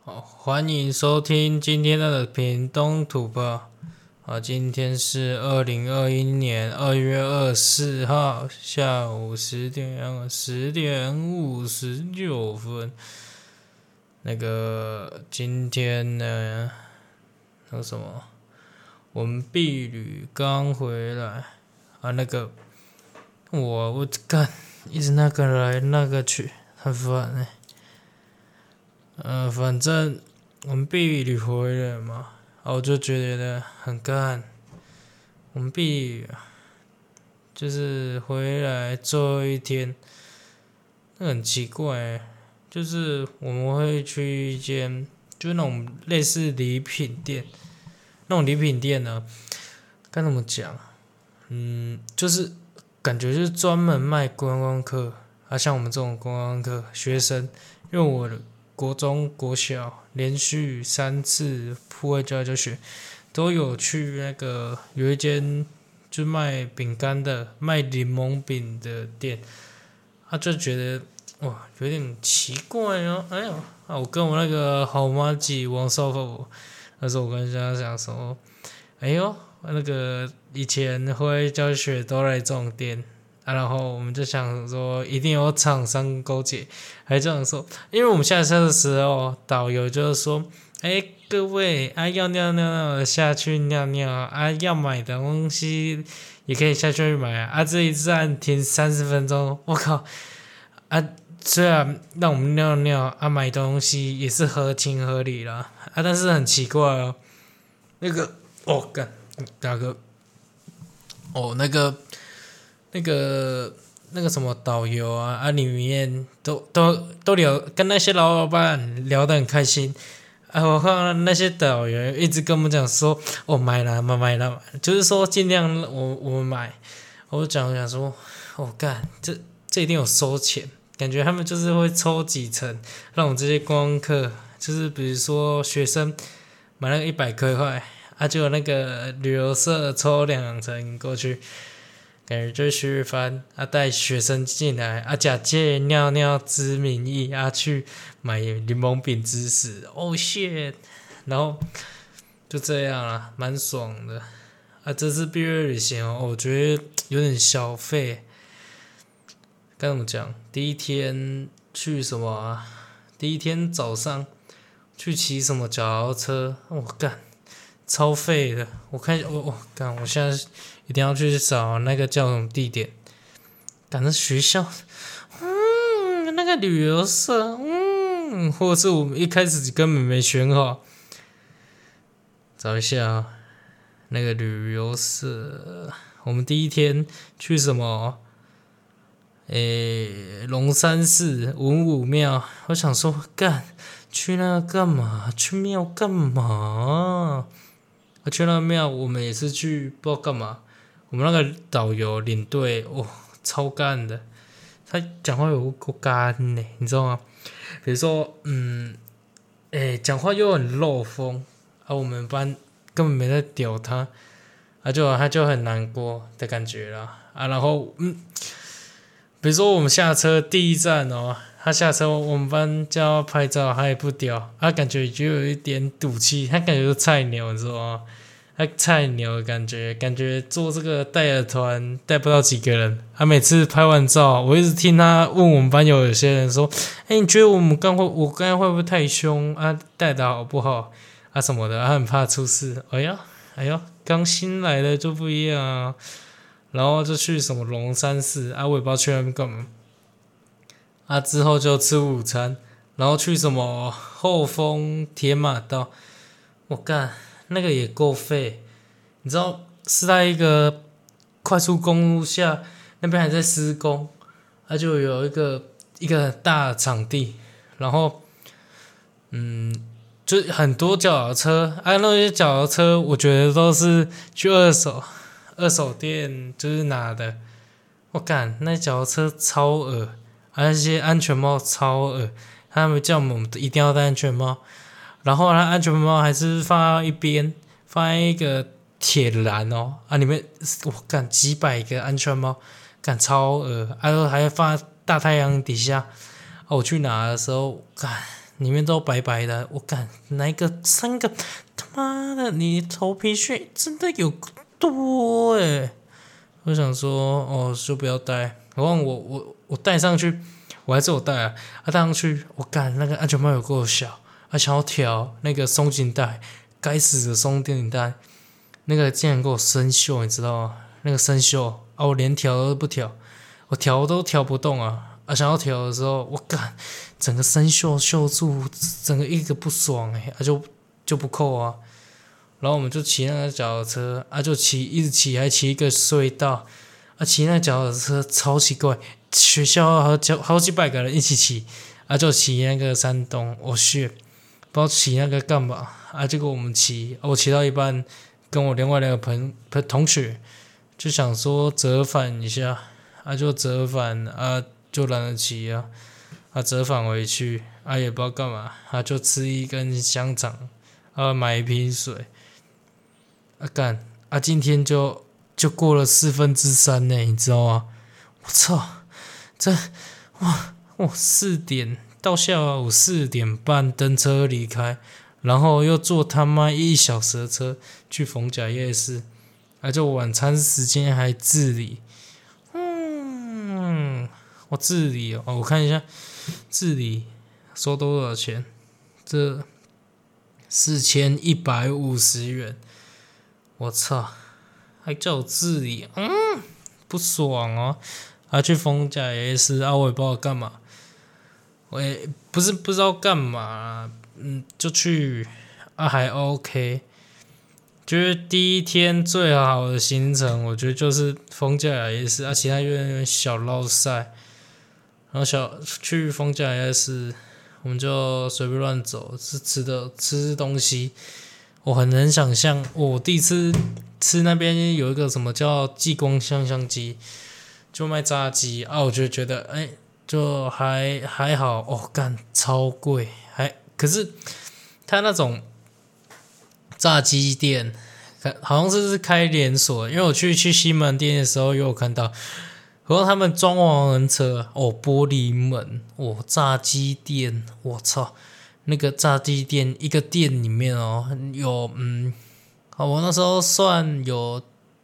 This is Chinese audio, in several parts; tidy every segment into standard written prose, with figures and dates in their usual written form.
好，欢迎收听今天的屏东土报。今天是2021年2月24号下午10点59分。今天呢，我们婢女刚回来我干，一直那个来那个去，很烦反正我们婢女回来嘛，我就觉得很干。我们婢女就是回来最后一天，很奇怪就是我们会去一间，就是那种类似礼品店，那种礼品店呢，该怎么讲？就是感觉就是专门卖观光客，像我们这种观光客学生，因为我国中、国小连续3次户外教学，都有去有一间就卖饼干的、卖柠檬饼的店，就觉得有点奇怪哦。我跟我那个好妈吉王少凤，那时候我跟他讲说，以前户外教学都来这种店。然后我们就想说，一定有厂商勾结，还这样说，因为我们下车的时候，导游就是说，各位要尿尿下去尿尿要买的东西也可以下去买这一站停30分钟，我靠虽然让我们尿尿买东西也是合情合理啦但是很奇怪哦，大哥那个什么导游里面都聊，跟那些老板聊得很开心我看那些导游一直跟我们讲说，买了，就是说尽量我们买。我讲说，干，这一定有收钱，感觉他们就是会抽几成，让我们这些观光客，就是比如说学生买那个100块就有那个旅游社抽2成过去。感觉就是学日番带学生进来假借尿尿之名义去买柠檬饼之实shit， 然后就这样啦，蛮爽的这次毕业旅行我觉得有点消费，该怎么讲？第一天去什么第一天早上去骑什么脚踏车，干超废的。我看干，我现在一定要去找那个叫什么地点，赶着学校，那个旅游社，或者是我们一开始根本没选好，找一下那个旅游社。我们第一天去什么？龙山寺文武庙，我想说，干去那个干嘛？去庙干嘛？去那个庙，我们也是去不知道干嘛。我们那个导游领队超干的，他讲话有够干的，你知道吗？比如说讲话又很漏风我们班根本没在屌他他就很难过的感觉啦然后比如说我们下车第一站他下车我们班叫他拍照，他也不屌感觉就有一点赌气，他感觉是菜鸟，你知道吗？他菜鸟的感觉做这个带的团带不到几个人每次拍完照，我一直听他问我们班有些人说，你觉得我刚才会不会太凶带的好不好什么的他很怕出事。哎呦，刚新来的就不一样然后就去什么龙山寺我也不知道去那边干嘛之后就吃午餐，然后去什么后丰铁马道，我干那个也够废，你知道是在一个快速公路下，那边还在施工就有一个大的场地，然后就很多脚踏车那些脚踏车我觉得都是去二手店就是拿的，我干那脚踏车超恶那些安全帽超恶，他们叫我们一定要戴安全帽，然后他安全帽还是放在一边，放在一个铁栏里面我干几百个安全帽，干超恶还放在大太阳底下我去拿的时候干里面都白白的。我干，哪一个3个？他妈的，你头皮屑真的有多我想说，就不要戴。然后我戴上去，我还是有戴啊。戴上去，我干那个安全帽有够小，想要调那个松紧带，该死的松紧带，那个竟然给我生锈，你知道吗？那个生锈我连调都不调，我调都调不动啊！想要调的时候，我干，整个生锈住，整个一个不爽就不扣啊。然后我们就骑那个脚踏车就一直骑，还骑一个隧道骑那个脚踏车超奇怪，学校好几百个人一起骑就骑那个山东，不知道骑那个干嘛结果我们骑，我骑到一半，跟我另外2个同学就想说折返一下就折返就懒得骑折返回去也不知道干嘛就吃一根香肠买一瓶水干今天就过了3/4呢，你知道吗？我操，我4点到下午4点半登车离开，然后又坐他妈1小时的车去逢甲夜市就晚餐时间还自理我自理我看一下自理收多少钱，这4150元，我操，还叫我自理不爽去逢甲夜市我也不知道干嘛，我也不知道干嘛就去还 OK。就是第一天最好的行程，我觉得就是逢甲夜市其他有点小落赛。然后去逢甲夜市，我们就随便乱走，吃东西。我很能想象，我第一次吃那边有一个什么叫激光香香鸡，就卖炸鸡我就觉得就还好干超贵，可是他那种炸鸡店好像是开连锁，因为我去西门店的时候也有看到。然后他们装潢很扯玻璃门炸鸡店，我操，那个炸鸡店一个店里面有我那时候算有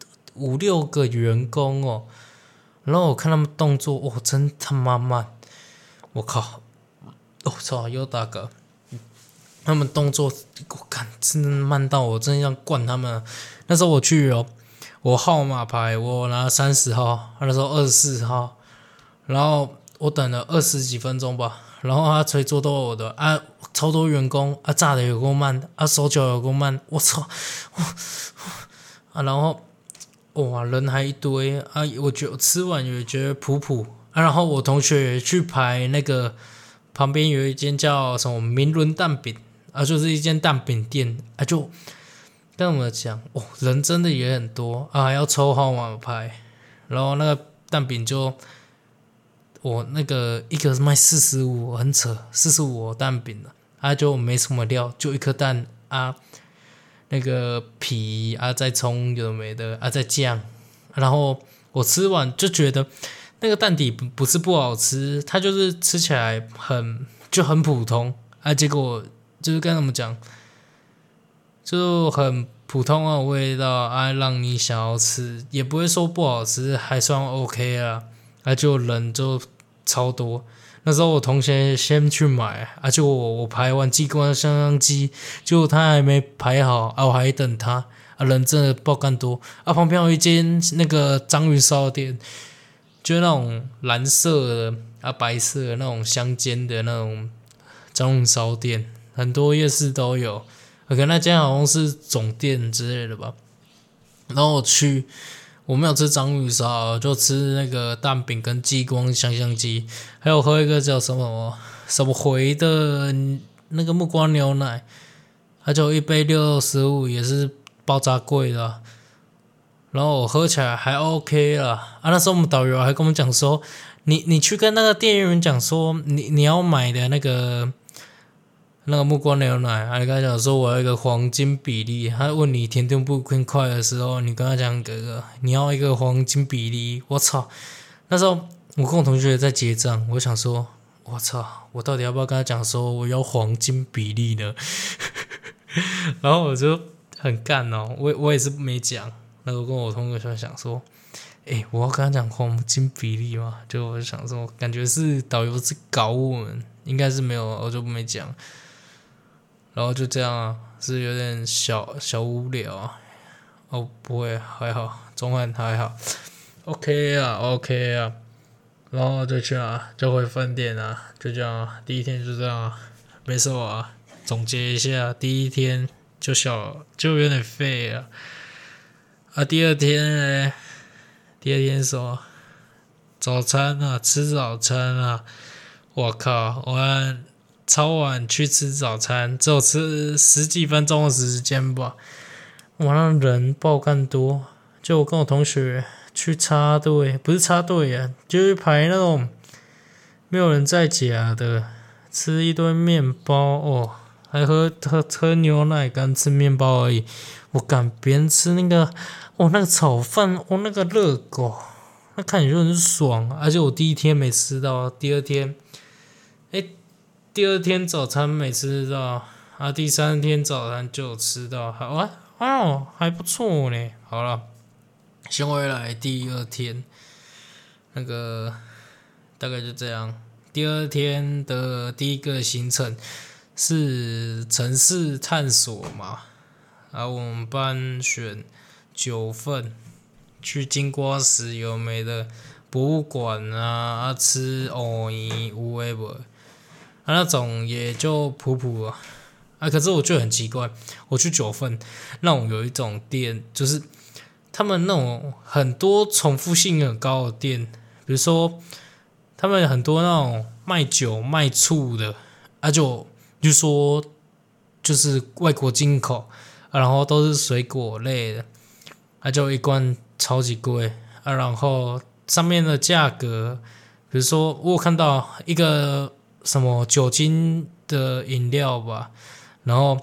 5-6个员工然后我看他们动作真他妈慢，我靠，操又打嗝，他们动作我看真的慢到我真的要灌他们那时候我去我号码牌我拿30号，那时候24号，然后我等了20几分钟吧，然后他才做到我的超多员工炸的有够慢手脚有够慢，我操然后人还一堆我觉得吃完也觉得普然后我同学也去排那个旁边有一间叫什么明伦蛋饼就是一间蛋饼店就跟我们讲人真的也很多还要抽号码牌，然后那个蛋饼就那个一个卖45，很扯，45蛋饼就没什么料，就一颗蛋那个皮再葱有的没的再酱，然后我吃完就觉得那个蛋底不是不好吃，它就是吃起来很普通结果就是跟他们讲就很普通的味道让你想要吃也不会说不好吃，还算 OK 就人就超多。那时候我同学先去买结果我排完激光香香鸡，结果他还没排好我还等他人真的爆干多旁边有一间那个章鱼烧店，就是那种蓝色的白色的那种香煎的那种章鱼烧店，很多夜市都有，可能那间好像是总店之类的吧。然后我没有吃章鱼烧，就吃那个蛋饼跟激光香香鸡，还有喝一个叫什么回的那个木瓜牛奶，就一杯65，也是爆炸贵的然后我喝起来还 OK 啦那时候我们导游还跟我们讲说，你去跟那个店员讲说你要买的那个木瓜牛奶你跟他讲说我要一个黄金比例，他问你甜度不偏快的时候，你跟他讲哥哥你要一个黄金比例，我操，那时候我跟我同学在结账，我想说我操，我到底要不要跟他讲说我要黄金比例呢？然后我就很干哦，我也是没讲。那我跟我同学想说，我要跟他讲黄金比例嘛，就我就想说，感觉是导游是搞我们，应该是没有，我就没讲。然后就这样啊，是有点小无聊啊。哦，不会，还好，中汉还好，OK 啊，OK 啊。然后就去啊，就回饭店啊，就这样啊。第一天就这样啊，没什么啊。总结一下，第一天就有点废了啊。第二天呢？第二天什么？早餐啊，吃早餐啊。我靠，我超晚去吃早餐，只有吃十几分钟的时间吧。我那人爆干多，就我跟我同学去插队，不是插队啊，就是排那种没有人在家的，吃一堆面包哦，还喝牛奶跟吃面包而已。我敢别人吃那个那个炒饭那个热狗，那看起来就很爽，而且我第一天没吃到，第二天早餐没吃到啊，第三天早餐就有吃到，好啊。还不错呢。好了，先回来第二天，那个大概就这样。第二天的第一个行程是城市探索嘛，我们班选9份，去金瓜石有没的博物馆啊，吃藕泥有诶无，那种也就普普啊。可是我觉得很奇怪，我去9份，那种有一种店，就是他们那种很多重复性很高的店，比如说他们很多那种卖酒卖醋的，就说就是外国进口，然后都是水果类的，就一罐超级贵，然后上面的价格，比如说我有看到一个什么酒精的饮料吧。然后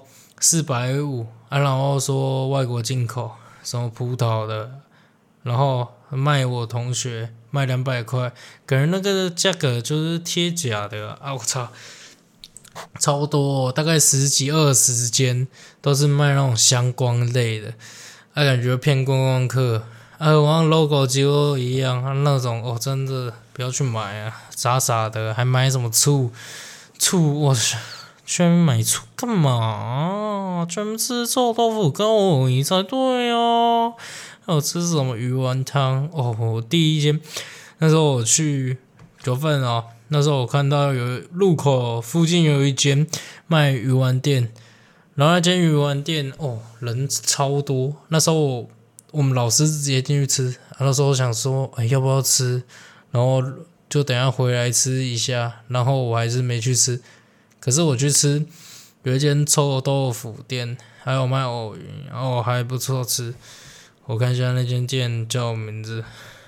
450然后说外国进口，什么葡萄的，然后卖我同学卖200块，感觉那个价格就是贴假的啊！我操，超多大概10几20间都是卖那种相关类的，感觉骗观光客。我像 logo 几乎一样，那种真的不要去买啊，傻傻的还买什么醋，我去。专门买醋干嘛？专门吃臭豆腐跟藕泥才对哦。还有吃什么鱼丸汤？我第一间那时候我去9份哦，那时候我看到有路口附近有一间卖鱼丸店，然后那间鱼丸店人超多。那时候我们老师直接进去吃，那时候我想说要不要吃，然后就等一下回来吃一下，然后我还是没去吃。可是我去吃有一间臭豆腐店，还有卖藕鱼，还不错吃。我看一下那间店叫名字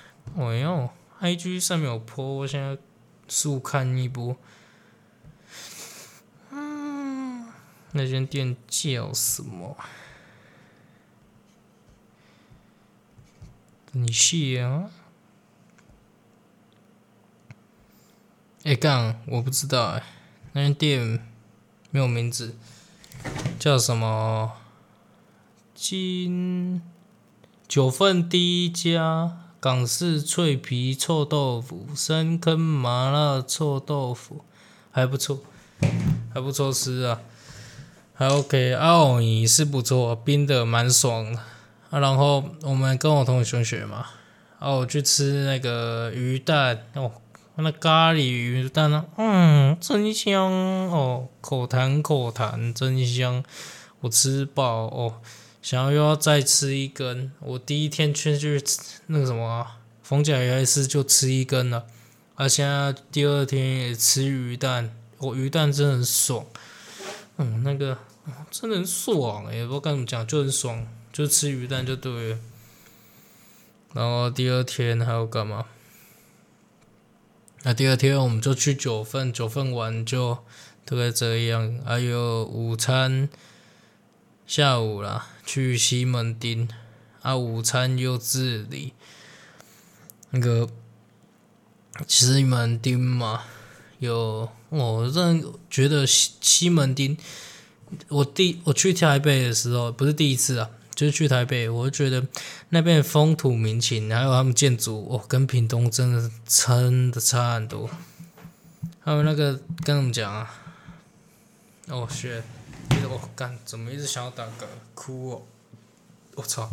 ，IG 上面有 po， 我现在速看一波。那间店叫什么？你写啊？干，我不知道那间店没有名字，叫什么？9份第一家港式脆皮臭豆腐，深坑麻辣臭豆腐，还不错吃啊，还 OK。藕泥是不错，冰的蛮爽的然后我们跟我同学嘛，我去吃那个鱼蛋那咖喱鱼蛋真香口弹真香，我吃饱想要又要再吃一根。我第一天去那个什么逢甲夜市就吃一根了，现在第二天也吃鱼蛋，鱼蛋真的很爽，那个真的很爽也不知道该怎么讲，就很爽，就吃鱼蛋就对了。然后第二天还要干嘛？第二天我们就去9份玩就大概这样，还有午餐下午啦去西门町午餐又自理。那个西门町嘛， 我真的觉得西门町，我去台北的时候不是第一次啊，就是去台北，我就觉得那边的风土民情，还有他们建筑，跟屏东真的差很多。还有那个跟我们讲啊，shit，干，怎么一直想要打嗝，哭哦，我操！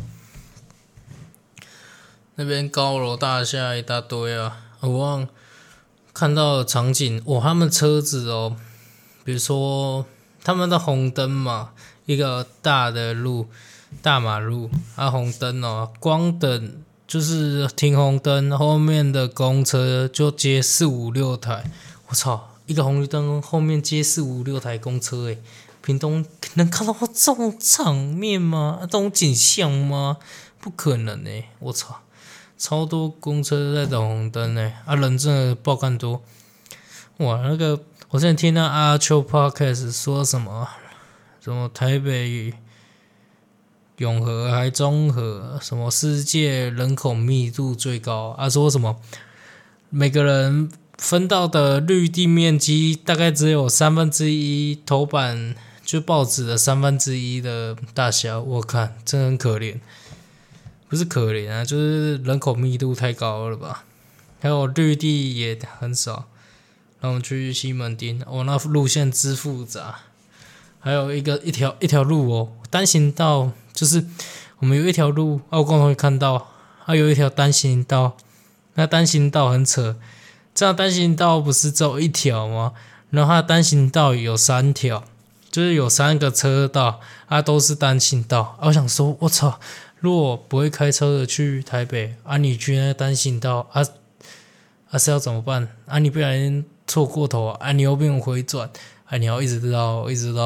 那边高楼大厦一大堆啊，我看到的场景，他们车子比如说他们的红灯嘛，一个大马路红灯光等就是停红灯，后面的公车就接4、5、6台，我操！一个红绿灯后面接4、5、6台公车诶，屏东能看到这种场面吗？这种景象吗？不可能诶，我操！超多公车在等红灯诶，人真的爆干多。哇，那个我之前听到阿秋 podcast 说什么台北永和还中和什么世界人口密度最高说什么每个人分到的绿地面积大概只有1/3头版就报纸的1/3的大小，我看真的很可怜。不是可怜啊，就是人口密度太高了吧？还有绿地也很少。然后我们去西门町，那路线之复杂。还有一条路单行道，就是我们有一条路，我共同会看到，有一条单行道，那单行道很扯。这样单行道不是只有一条吗？然后它的单行道有3条，就是有3个车道，都是单行道。我想说，我操！如果不会开车的去台北你去那个单行道是要怎么办你不小心错过头你又不用回转你要一直绕，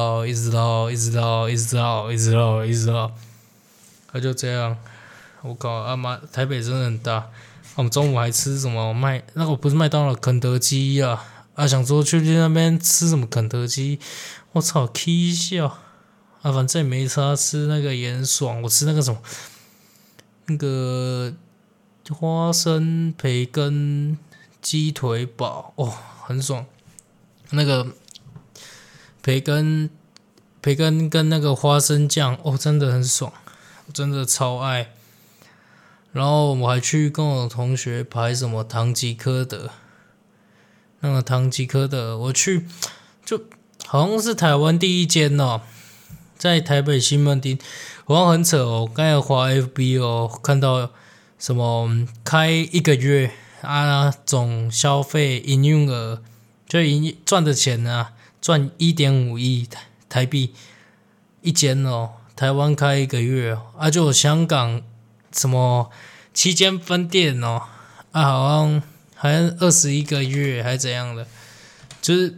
就这样。我靠台北真的很大。我们中午还吃什么那个不是麦当劳，肯德基想说去那边吃什么肯德基，我操 ，K 笑。反正也没差，吃那个也很爽。我吃那个什么，那个花生培根鸡腿堡，很爽。那个培根跟那个花生酱，真的很爽，我真的超爱。然后我还去跟我同学排什么唐吉诃德，那个唐吉诃德，我去就好像是台湾第一间在台北西门町，好像很扯刚才滑 FB 看到什么开1个月总消费营运额就赚的钱赚1.5亿台币一间台湾开1个月就有香港什么7间分店好像还21个月还怎样的，就是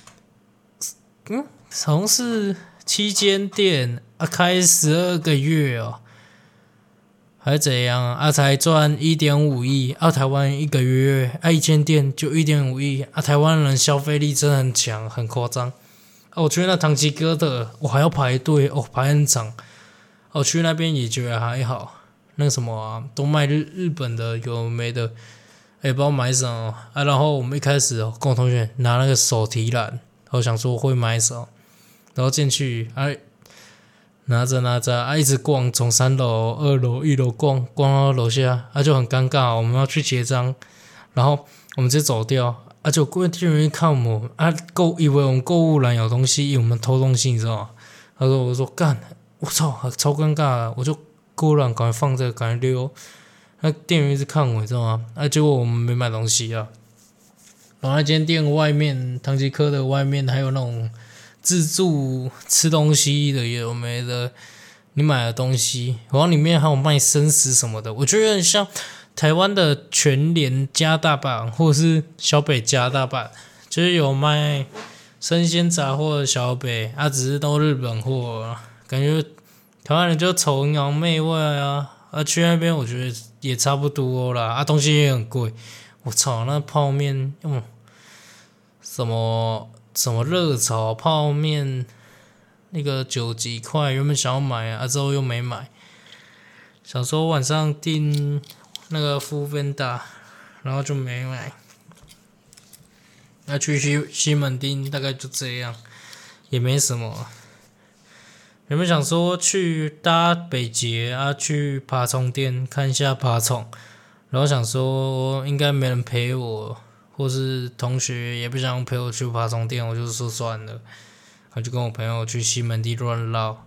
好像是7间店开12个月还怎样才赚1.5亿台湾1个月1间店就1.5亿台湾人消费力真的很强，很夸张我去那唐吉诃德我还要排队排很长我去那边也觉得还好，那个什么都卖日本的有没的不知道买什么然后我们一开始跟我同学拿那个手提篮，我想说会买什么，然后进去拿着一直逛，从3楼、2楼、1楼逛到楼下就很尴尬我们要去结账，然后我们直接走掉就柜店员看我们以为我们购物篮有东西，以为我们偷东西，你知道吗？我说干，我操，超尴尬我就购物篮赶快放着，赶快溜。那店员一直看我，你知道吗？结果我们没买东西然后那间店外面，唐吉诃德外面还有那种自助吃东西的，有没的？你买的东西，然后里面还有卖生食什么的，我觉得很像台湾的全联加大阪，或者是小北加大阪，就是有卖生鲜杂货的小北只是都日本货感觉台湾人就崇洋媚外去那边我觉得也差不多啦东西也很贵，我操，那泡面什么热炒泡面那个90几块，原本想要买之后又没买，想说晚上订那个Foodpanda，然后就没买。 去西门町大概就这样，也没什么。原本想说去搭北捷去爬虫店看一下爬虫，然后想说应该没人陪我，或是同学也不想陪我去爬虫店，我就说算了，我就跟我朋友去西门町乱绕，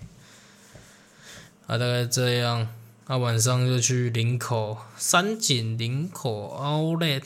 大概这样。晚上就去林口三井林口 Outlet，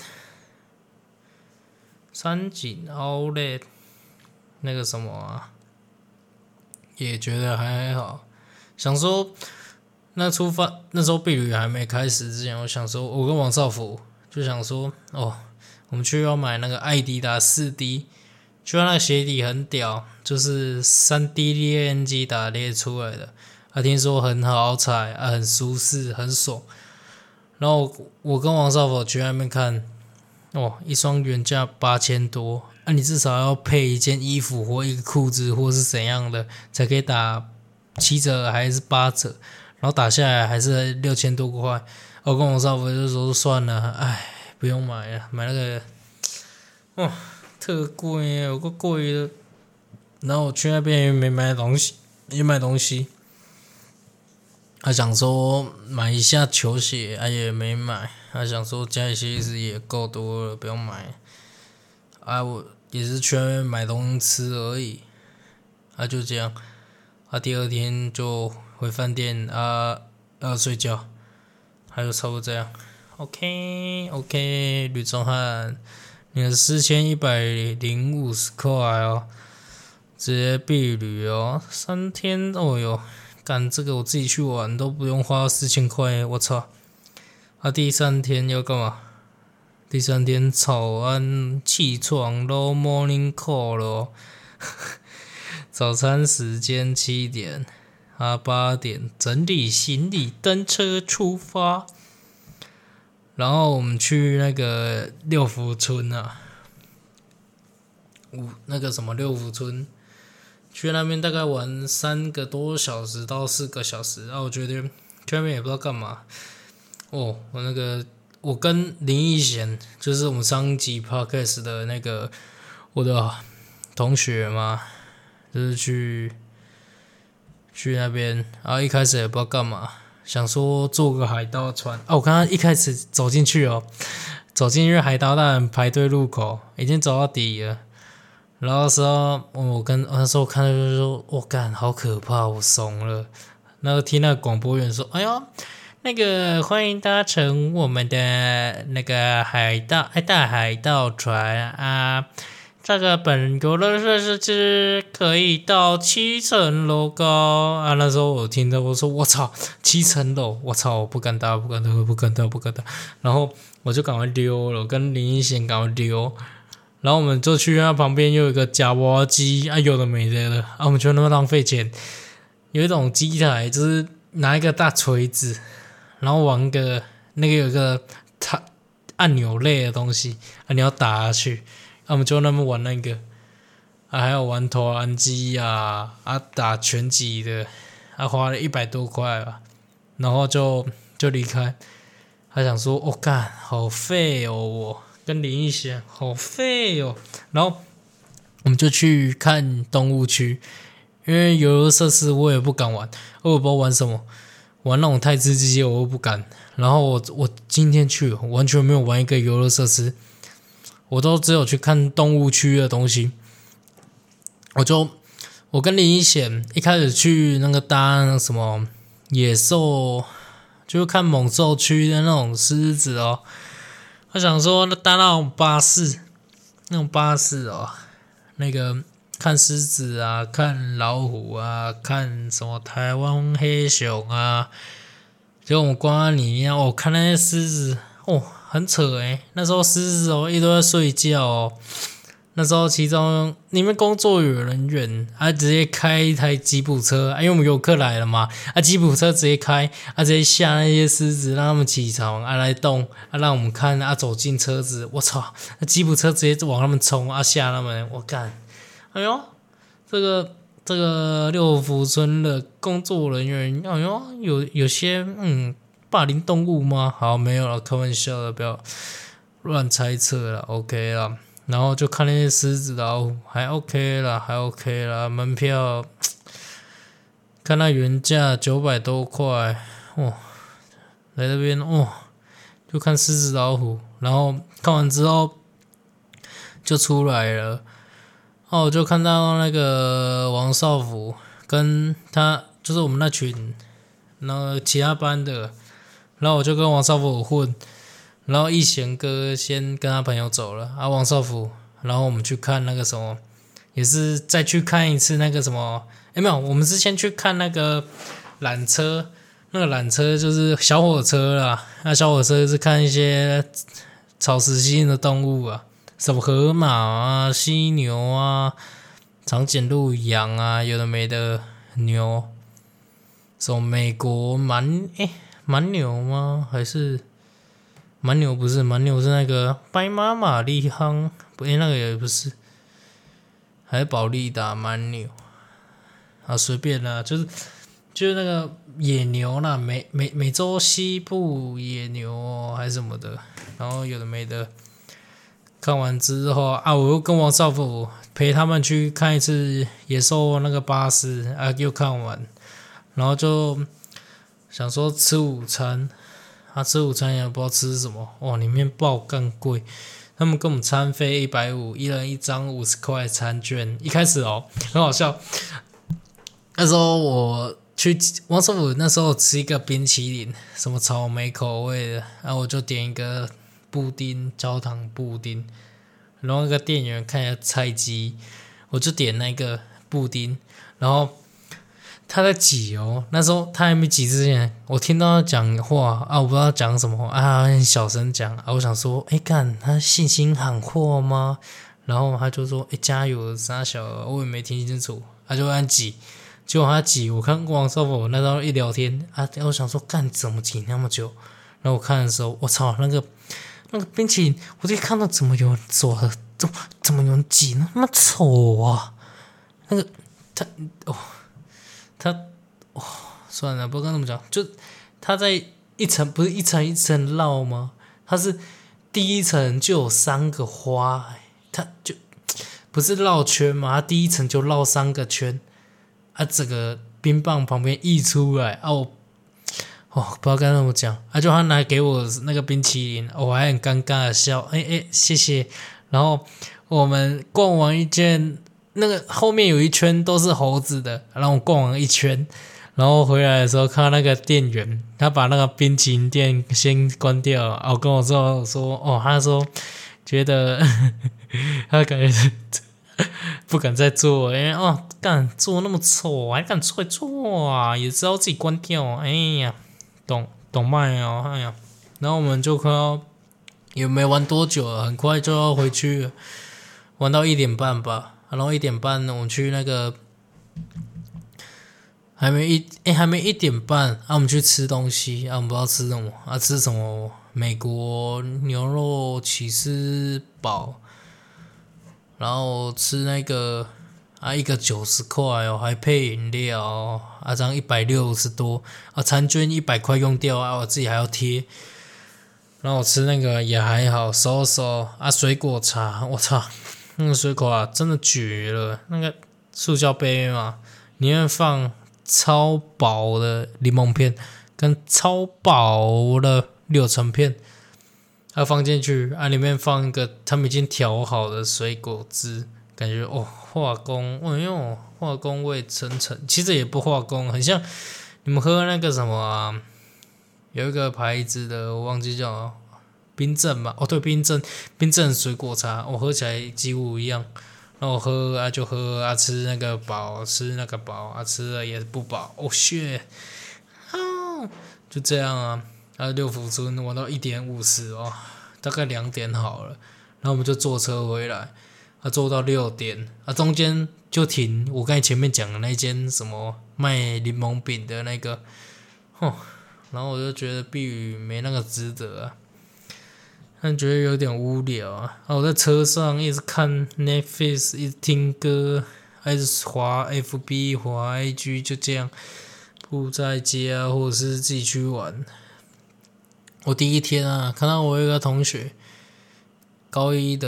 三井 Outlet 那个什么也觉得还好。想说那时候避旅还没开始之前，我想说，我跟王少福就想说，我们去要买那个艾迪达4D，就那个鞋底很屌，就是 3D 列印机打列出来的。听说很好踩很舒适，很爽。然后我跟王少福去那边看，一双原价8000多，你至少要配一件衣服或一个裤子或是怎样的，才可以打7折还是8折，然后打下来还是6000多块。我跟王少福就说算了，不用买了，买那个，特贵，有个贵的。然后我去那边也没买东西，想说买一下球鞋，也没买。想说家里鞋子也够多了，不用买。我也是去那边买东西吃而已。就这样。第二天就回饭店要睡觉，还有差不多这样。OK， 吕宗翰，你的4150块哦，直接避旅哦，3天哟。干这个我自己去玩都不用花4000块，我操！第3天要干嘛？第3天早安起床咯 ，morning call 咯，早餐时间7点，8点整理行李登车出发，然后我们去那个六福村那个什么六福村。去那边大概玩3个多小时到4个小时，我觉得去那边也不知道干嘛。我跟林义贤，就是我们上集 podcast 的那个我的同学嘛，就是去那边，一开始也不知道干嘛，想说坐个海盗船。我刚刚一开始走进去海盗蛋排队入口，已经走到底了。然后那时候那时候看到就说，干好可怕，我怂了。然后听那个广播员说，哎呦，那个欢迎搭乘我们的那个大海盗船这个本游乐设施可以到7层楼高那时候我听到我说我操7层楼，我操，我不敢搭。然后我就赶快溜了，我跟林一贤赶快溜。然后我们就去那旁边又有一个夹娃娃机有的没的我们就那么浪费钱。有一种机台就是拿一个大锤子，然后玩个那个有一个按钮类的东西你要打下去我们就那么玩那个还有玩投篮机打拳击的花了100多块吧，然后就离开。想说干好废我跟林一贤好废然后我们就去看动物区，因为游乐设施我也不敢玩，我也不知道玩什么，玩那种太刺激我又不敢。然后我今天去完全没有玩一个游乐设施，我都只有去看动物区的东西。我跟林一贤一开始去那个搭那什么野兽，就是看猛兽区的那种狮子我想说搭那种巴士那个看狮子看老虎看什么台湾黑熊结果我们关在里面看那些狮子很扯那时候狮子一直都在睡觉那时候其中里面工作有人员直接开一台吉普车因为我们游客来了嘛吉普车直接开直接下那些狮子让他们起床来动让我们看走进车子，我操，吉普车直接往他们冲吓他们，我干，哎呦，这个六福村的工作人员哎呦有些霸凌动物吗？好，没有了，开玩笑的，不要乱猜测了 ，OK 啦。 然后就看那些狮子老虎，还 OK 啦，还 OK 啦，门票看那原价900多块，哇，来这边哇，就看狮子老虎，然后看完之后就出来了，哦，我就看到那个王少福跟他就是我们那群，然后其他班的，然后我就跟王少福混，然后逸贤哥先跟他朋友走了，啊，王少福，然后我们去看那个什么，也是再去看一次那个什么，没有，我们是先去看那个缆车，那个缆车就是小火车啦，那小火车是看一些草食性的动物啊，什么河马啊、犀牛啊、长颈鹿、羊啊，有的没的牛，什么美国蛮牛吗？还是蛮牛？不是蛮牛，是那个白马玛丽夯，那个也不是，还是保利达蛮牛啊，随便啦，就是那个野牛啦，美洲西部野牛还是什么的，然后有的没的。看完之后啊，我又跟王少福陪他们去看一次野兽那个巴士啊，又看完，然后就想说吃午餐，吃午餐也不知道吃什么，哇，里面爆干贵，他们跟我们餐费150，一人一张50块餐券。一开始很好笑，那时候我去王少福那时候吃一个冰淇淋，什么草莓口味的，然后我就点一个布丁，焦糖布丁，然后那个店员看一下菜鸡，我就点那个布丁，然后他在挤那时候他还没挤之前，我听到他讲话啊，我不知道讲什么啊，很小声讲啊，我想说，干他信心喊话吗？然后他就说，加油，傻小，我也没听清楚，他就按挤。结果他挤，我看王少福那时候一聊天啊，我想说干怎么挤那么久？然后我看的时候，我操，那个冰淇淋，我就看到怎么有人做的，怎么有人挤那么丑啊？那个他算了，不知道该怎么讲，就他在一层不是一层一层绕吗？他是第一层就有3个花，他就不是绕圈嘛，他第一层就绕3个圈。整个冰棒旁边溢出来我不知道该怎么讲就他拿给我那个冰淇淋，我还很尴尬的笑，谢谢。然后我们逛完一圈，那个后面有一圈都是猴子的，然后我逛完一圈，然后回来的时候看到那个店员，他把那个冰淇淋店先关掉了，我跟我说他说觉得他感觉不敢再做，因为干做那么丑，还敢出来做啊？也知道自己关掉，哎呀，懂卖哦，哎呀，然后我们就快要也没玩多久了，很快就要回去了，玩到1点半吧，然后1点半我们去那个还没1点半我们去吃东西我们不知道吃什么吃什么美国牛肉起司堡。然后吃那个一个90块还配饮料这样160多餐券100块用掉我自己还要贴。然后我吃那个也还好，收水果茶，我操，那个水果真的绝了，那个塑胶杯嘛，里面放超薄的柠檬片跟超薄的柳橙片。放进去里面放一个他们已经调好的水果汁，感觉化工，化工味沉沉，其实也不化工，很像你们喝那个什么有一个牌子的我忘记叫冰镇嘛，对，冰镇水果茶，我喝起来几乎一样。然后我喝就喝吃那个饱，吃那个饱吃了也不饱shit，就这样六福村玩到1点50大概2点好了，然后我们就坐车回来，坐到6点中间就停我刚才前面讲的那间什么卖柠檬饼的那个，然后我就觉得避雨没那个值得但觉得有点无聊我在车上一直看 Netflix， 一直听歌，一直滑 FB 滑 IG， 就这样不在家或者是自己去玩。我第一天看到我有一个同学高一的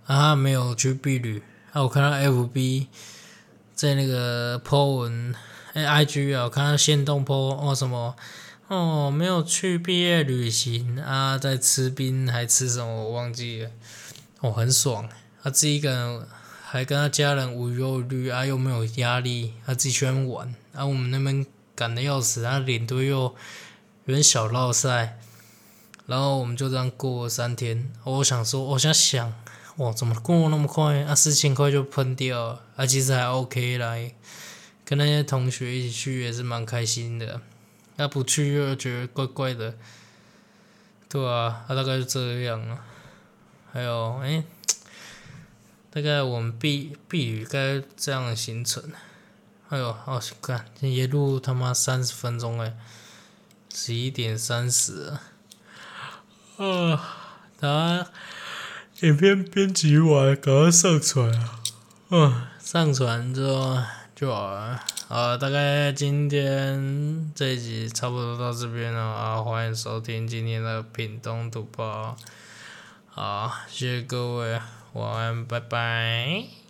啊，没有去避旅啊，我看到 FB 在那个 po 文，IG 啊，我看到限动 po 哦什么哦，没有去毕业旅行啊，在吃冰还吃什么我忘记了，哦很爽，他自己一个人还跟他家人无忧无虑啊，又没有压力，他自己去那边玩啊，我们那边赶的要死，他脸都又有点小落腮，然后我们就这样过了3天，我想说，我想想。哇，怎么过那么快啊？4000块就喷掉了啊！其实还 OK 啦，跟那些同学一起去也是蛮开心的。要不去又觉得怪怪的，对啊，大概就这样了。还有，大概我们避雨该这样的行程。哎呦，好看，一路他妈30分钟11:30了。啊，影片编辑完，赶快上传啊！上传之后就好了。大概今天这一集差不多到这边了啊，欢迎收听今天的屏东土报。好，谢谢各位，晚安，拜拜。